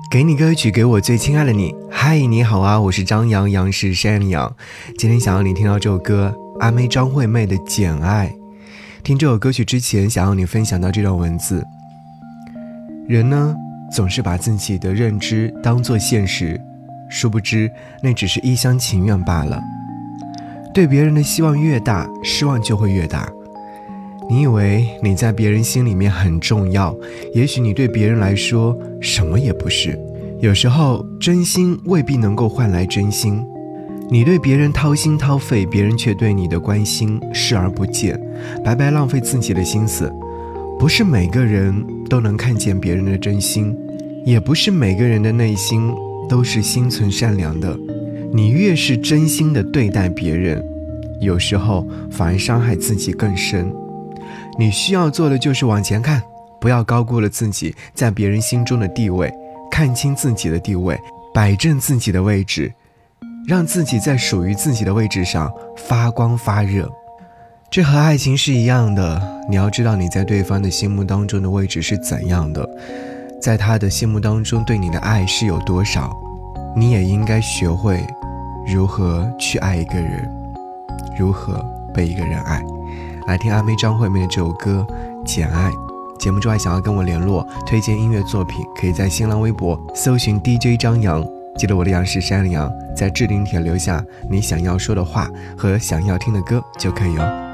给你歌曲，给我最亲爱的你。嗨，你好啊，我是张扬，杨是山羊。今天想要你听到这首歌，阿妹张惠妹的《简爱》。听这首歌曲之前，想要你分享到这段文字。人呢，总是把自己的认知当作现实，殊不知那只是一厢情愿罢了。对别人的希望越大，失望就会越大。你以为你在别人心里面很重要，也许你对别人来说什么也不是。有时候真心未必能够换来真心，你对别人掏心掏肺，别人却对你的关心视而不见，白白浪费自己的心思。不是每个人都能看见别人的真心，也不是每个人的内心都是心存善良的。你越是真心的对待别人，有时候反而伤害自己更深。你需要做的就是往前看，不要高估了自己在别人心中的地位，看清自己的地位，摆正自己的位置，让自己在属于自己的位置上发光发热。这和爱情是一样的，你要知道你在对方的心目当中的位置是怎样的，在他的心目当中对你的爱是有多少，你也应该学会如何去爱一个人，如何被一个人爱。来听阿妹张惠妹的这首歌《简爱》。节目之外想要跟我联络推荐音乐作品，可以在新浪微博搜寻 DJ 张扬，记得我的杨是山羊，在置顶帖留下你想要说的话和想要听的歌就可以哦。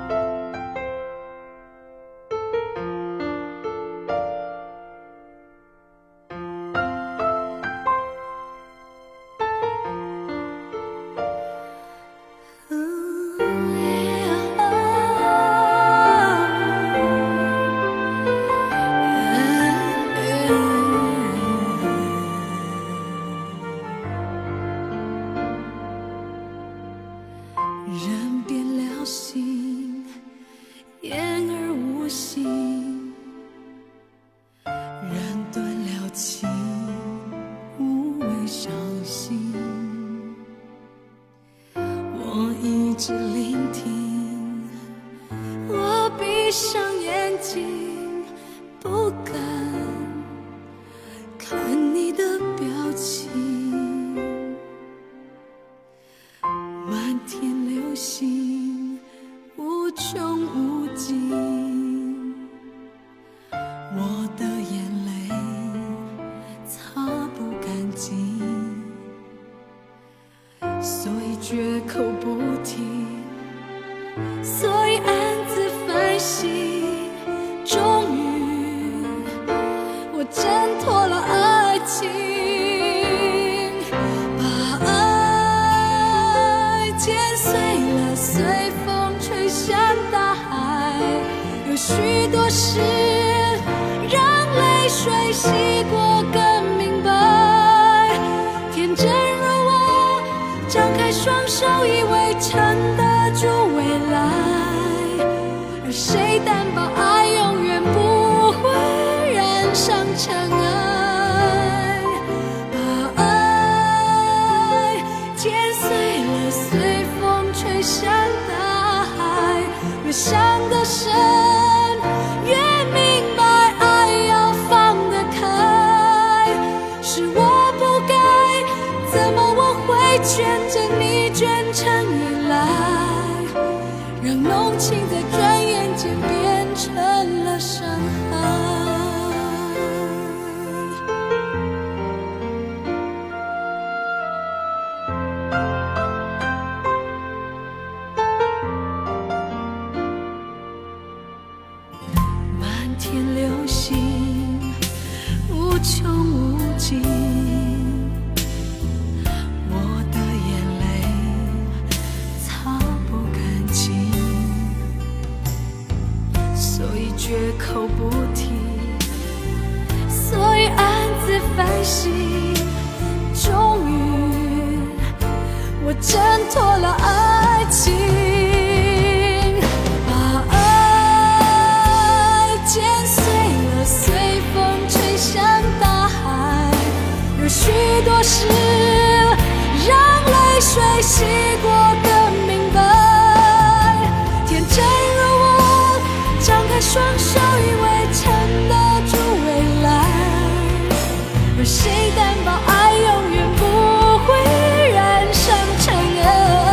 人变了心，言而无信，人断了情，无谓伤心。我一直聆听，我闭上眼睛，不敢看你的表情。漫天流星无穷无尽，我的眼泪擦不干净，所以绝口不提，所以暗自反省。终于我挣脱了爱情，剪碎了，随风吹向大海。有许多事让泪水洗过更明白。天真如我，张开双手，以为撑得住未来。而谁担保爱永远不会染上尘埃？把爱剪碎了，随风吹向大海。越想得深，越明白爱要放得开。是我不该，怎么我会牵着你卷成依赖，让浓情在转眼间变成了伤害。漫天流星无穷无尽，我的眼泪擦不干净，所以绝口不提，所以暗自反省。终于我挣脱了爱情，有许多事让泪水洗过更明白。天真如我，张开双手，以为撑得住未来。而谁把爱永远不会染上尘埃。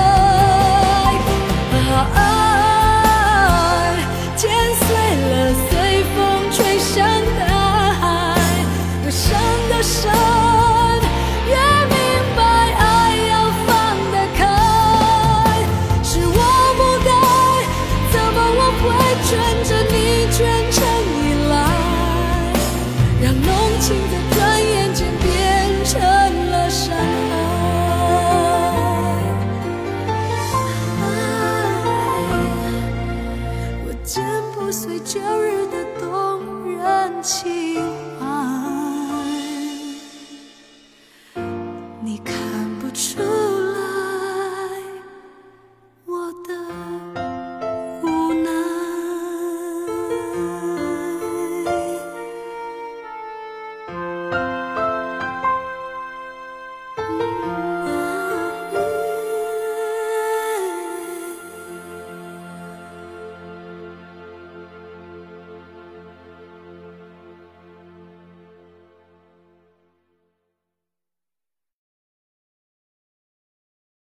爱剪碎了，随风吹向大海，越伤得深，越明白爱要放得开。是我不该，怎么我会卷着你卷成依赖，让浓情在转眼间变成了伤害。我剪不碎旧日的动人情怀，你看不出